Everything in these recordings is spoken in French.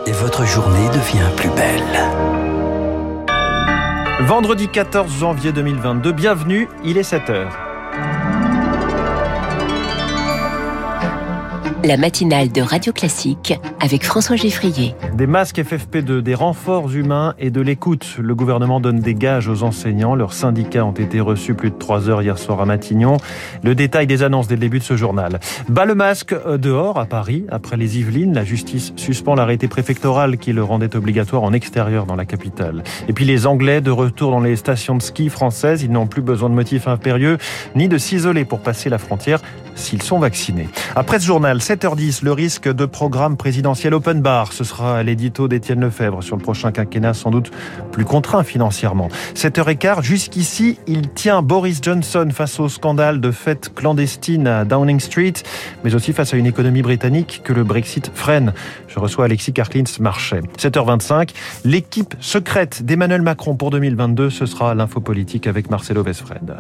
et votre journée devient plus belle. Vendredi 14 janvier 2022, bienvenue, il est 7h. La matinale de Radio Classique avec François Geffrier. Des masques FFP2, des renforts humains et de l'écoute. Le gouvernement donne des gages aux enseignants. Leurs syndicats ont été reçus plus de 3 heures hier soir à Matignon. Le détail des annonces dès le début de ce journal. Bas le masque dehors à Paris. Après les Yvelines, la justice suspend l'arrêté préfectoral qui le rendait obligatoire en extérieur dans la capitale. Et puis les Anglais de retour dans les stations de ski françaises. Ils n'ont plus besoin de motifs impérieux ni de s'isoler pour passer la frontière s'ils sont vaccinés. Après ce journal, 7h10, le risque de programme présidentiel open bar. Ce sera l'édito d'Étienne Lefebvre sur le prochain quinquennat, sans doute plus contraint financièrement. 7h15, jusqu'ici, il tient Boris Johnson face au scandale de fêtes clandestines à Downing Street, mais aussi face à une économie britannique que le Brexit freine. Je reçois Alexis Karklins-Marchais. 7h25, l'équipe secrète d'Emmanuel Macron pour 2022, ce sera l'info politique avec Marcelo Vesfred.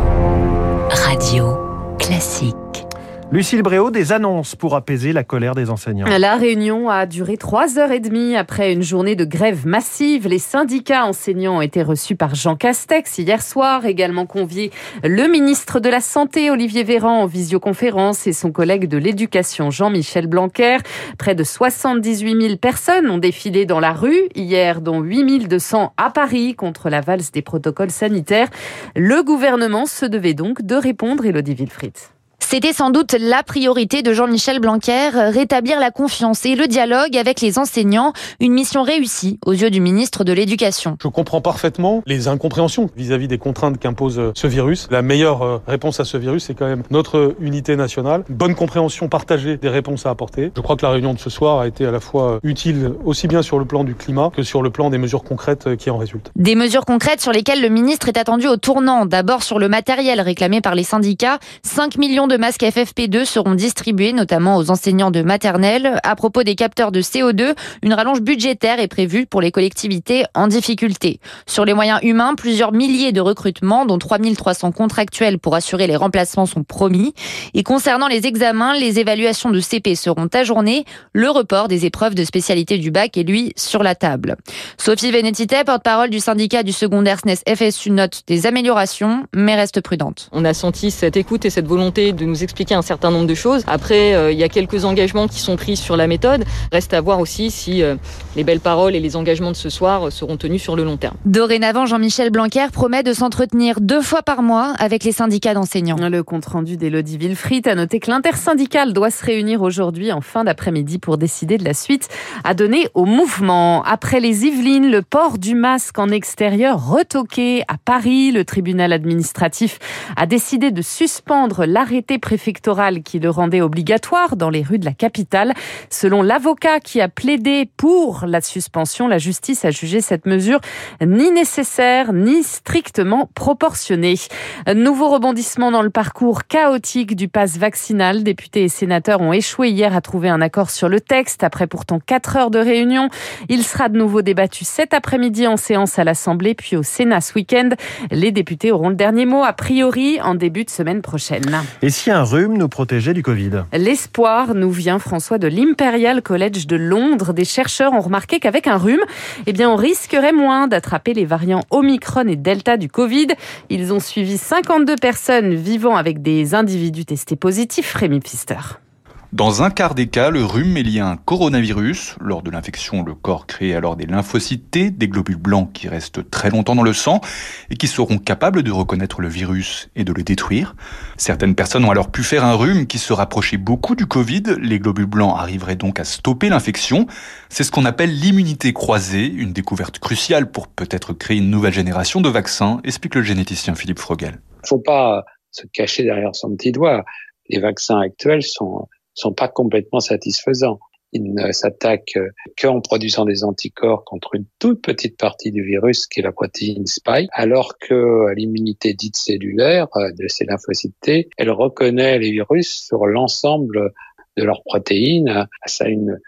Radio Classique. Lucille Bréau, des annonces pour apaiser la colère des enseignants. La réunion a duré 3h30 après une journée de grève massive. Les syndicats enseignants ont été reçus par Jean Castex hier soir. Également convié le ministre de la Santé, Olivier Véran, en visioconférence et son collègue de l'Éducation, Jean-Michel Blanquer. Près de 78 000 personnes ont défilé dans la rue hier, dont 8 200 à Paris contre la valse des protocoles sanitaires. Le gouvernement se devait donc de répondre, Élodie Wilfried. C'était sans doute la priorité de Jean-Michel Blanquer, rétablir la confiance et le dialogue avec les enseignants, une mission réussie aux yeux du ministre de l'Éducation. Je comprends parfaitement les incompréhensions vis-à-vis des contraintes qu'impose ce virus. La meilleure réponse à ce virus, c'est quand même notre unité nationale, bonne compréhension partagée des réponses à apporter. Je crois que la réunion de ce soir a été à la fois utile aussi bien sur le plan du climat que sur le plan des mesures concrètes qui en résultent. Des mesures concrètes sur lesquelles le ministre est attendu au tournant. D'abord sur le matériel réclamé par les syndicats, 5 millions de masques FFP2 seront distribués notamment aux enseignants de maternelle. À propos des capteurs de CO2, une rallonge budgétaire est prévue pour les collectivités en difficulté. Sur les moyens humains, plusieurs milliers de recrutements, dont 3 300 contractuels pour assurer les remplacements sont promis. Et concernant les examens, les évaluations de CP seront ajournées. Le report des épreuves de spécialité du bac est lui sur la table. Sophie Vénétité, porte-parole du syndicat du secondaire SNES FSU, note des améliorations, mais reste prudente. On a senti cette écoute et cette volonté de nous expliquer un certain nombre de choses. Après, il y a quelques engagements qui sont pris sur la méthode. Reste à voir aussi si les belles paroles et les engagements de ce soir seront tenus sur le long terme. Dorénavant, Jean-Michel Blanquer promet de s'entretenir 2 fois par mois avec les syndicats d'enseignants. Le compte-rendu d'Élodie Wilfried a noté que l'intersyndicale doit se réunir aujourd'hui en fin d'après-midi pour décider de la suite à donner au mouvement. Après les Yvelines, le port du masque en extérieur retoqué à Paris. Le tribunal administratif a décidé de suspendre l'arrêté préfectoral qui le rendait obligatoire dans les rues de la capitale. Selon l'avocat qui a plaidé pour la suspension, la justice a jugé cette mesure ni nécessaire ni strictement proportionnée. Nouveau rebondissement dans le parcours chaotique du pass vaccinal. Députés et sénateurs ont échoué hier à trouver un accord sur le texte après pourtant 4 heures de réunion. Il sera de nouveau débattu cet après-midi en séance à l'Assemblée puis au Sénat ce week-end. Les députés auront le dernier mot a priori en début de semaine prochaine. Et si un rhume nous protégeait du Covid ? L'espoir nous vient, François, de l'Imperial College de Londres. Des chercheurs ont remarqué qu'avec un rhume, on risquerait moins d'attraper les variants Omicron et Delta du Covid. Ils ont suivi 52 personnes vivant avec des individus testés positifs. Rémi Pfister. Dans un quart des cas, le rhume est lié à un coronavirus. Lors de l'infection, le corps crée alors des lymphocytes T, des globules blancs qui restent très longtemps dans le sang et qui seront capables de reconnaître le virus et de le détruire. Certaines personnes ont alors pu faire un rhume qui se rapprochait beaucoup du Covid. Les globules blancs arriveraient donc à stopper l'infection. C'est ce qu'on appelle l'immunité croisée, une découverte cruciale pour peut-être créer une nouvelle génération de vaccins, explique le généticien Philippe Frogel. Il ne faut pas se cacher derrière son petit doigt. Les vaccins actuels sont pas complètement satisfaisants. Ils ne s'attaquent qu'en produisant des anticorps contre une toute petite partie du virus qui est la protéine Spike, alors que l'immunité dite cellulaire de ces lymphocytes T, elle reconnaît les virus sur l'ensemble de leurs protéines. Ça a une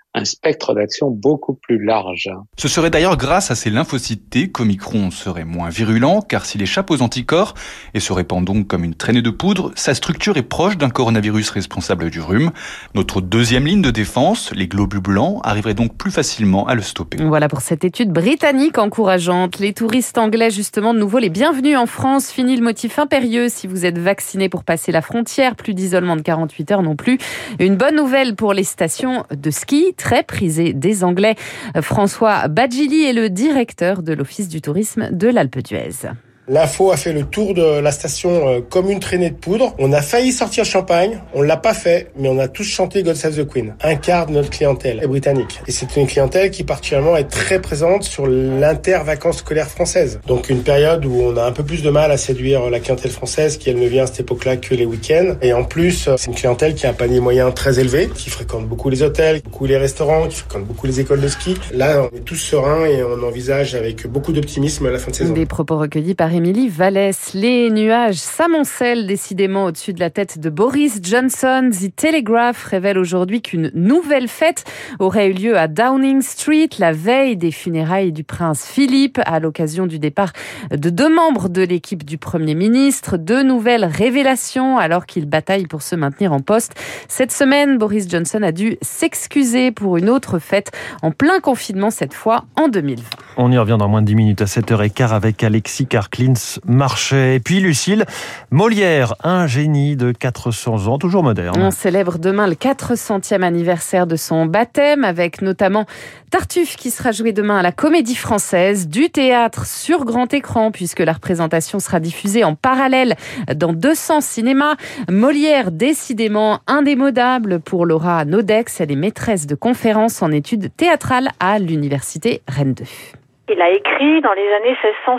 un spectre d'action beaucoup plus large. Ce serait d'ailleurs grâce à ces lymphocytes T qu'Omicron serait moins virulent, car s'il échappe aux anticorps et se répand donc comme une traînée de poudre, sa structure est proche d'un coronavirus responsable du rhume. Notre deuxième ligne de défense, les globules blancs, arriverait donc plus facilement à le stopper. Voilà pour cette étude britannique encourageante. Les touristes anglais, justement, de nouveau les bienvenus en France. Fini le motif impérieux si vous êtes vacciné pour passer la frontière. Plus d'isolement de 48 heures non plus. Une bonne nouvelle pour les stations de ski, très prisées des Anglais. François Badjili est le directeur de l'Office du tourisme de l'Alpe d'Huez. L'info a fait le tour de la station comme une traînée de poudre. On a failli sortir champagne, on l'a pas fait, mais on a tous chanté God Save the Queen. Un quart de notre clientèle est britannique. Et c'est une clientèle qui particulièrement est très présente sur l'inter-vacances scolaires françaises. Donc une période où on a un peu plus de mal à séduire la clientèle française qui elle ne vient à cette époque-là que les week-ends. Et en plus, c'est une clientèle qui a un panier moyen très élevé, qui fréquente beaucoup les hôtels, beaucoup les restaurants, qui fréquente beaucoup les écoles de ski. Là, on est tous sereins et on envisage avec beaucoup d'optimisme la fin de saison. Des propos recueillis par Émilie Vallès. Les nuages s'amoncellent décidément au-dessus de la tête de Boris Johnson. The Telegraph révèle aujourd'hui qu'une nouvelle fête aurait eu lieu à Downing Street la veille des funérailles du prince Philippe à l'occasion du départ de 2 membres de l'équipe du Premier ministre. 2 nouvelles révélations alors qu'il bataille pour se maintenir en poste. Cette semaine, Boris Johnson a dû s'excuser pour une autre fête en plein confinement, cette fois en 2020. On y revient dans moins de 10 minutes à 7h15 avec Alexis Karklins-Marchais. Et puis Lucille, Molière, un génie de 400 ans, toujours moderne. On célèbre demain le 400e anniversaire de son baptême avec notamment Tartuffe qui sera joué demain à la Comédie Française, du théâtre sur grand écran puisque la représentation sera diffusée en parallèle dans 200 cinémas. Molière, décidément indémodable pour Laura Naudex, elle est maîtresse de conférences en études théâtrales à l'université Rennes 2. Il a écrit dans les années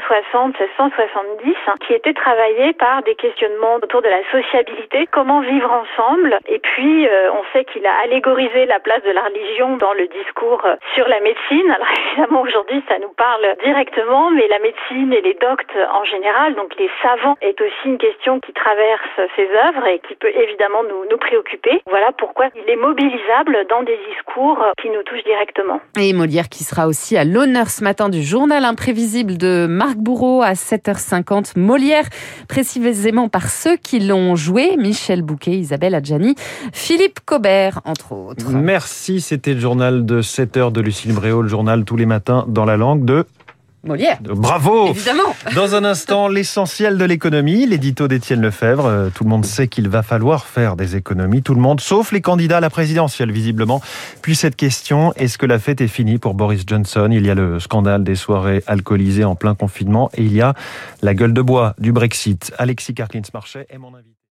1660-1670, qui était travaillé par des questionnements autour de la sociabilité, comment vivre ensemble. Et puis, on sait qu'il a allégorisé la place de la religion dans le discours sur la médecine. Alors évidemment, aujourd'hui, ça nous parle directement, mais la médecine et les doctes en général, donc les savants, est aussi une question qui traverse ses œuvres et qui peut évidemment nous préoccuper. Voilà pourquoi il est mobilisable dans des discours qui nous touchent directement. Et Molière qui sera aussi à l'honneur ce matin du journal imprévisible de Marc Bourreau à 7h50. Molière, précisément par ceux qui l'ont joué, Michel Bouquet, Isabelle Adjani, Philippe Cobert, entre autres. Merci, c'était le journal de 7h de Lucille Bréau, le journal tous les matins dans la langue de... Molière. Bravo. Évidemment. Dans un instant, l'essentiel de l'économie, l'édito d'Étienne Lefebvre. Tout le monde sait qu'il va falloir faire des économies. Tout le monde, sauf les candidats à la présidentielle, visiblement. Puis cette question, est-ce que la fête est finie pour Boris Johnson ? Il y a le scandale des soirées alcoolisées en plein confinement et il y a la gueule de bois du Brexit. Alexis Karklins-Marchais est mon invité.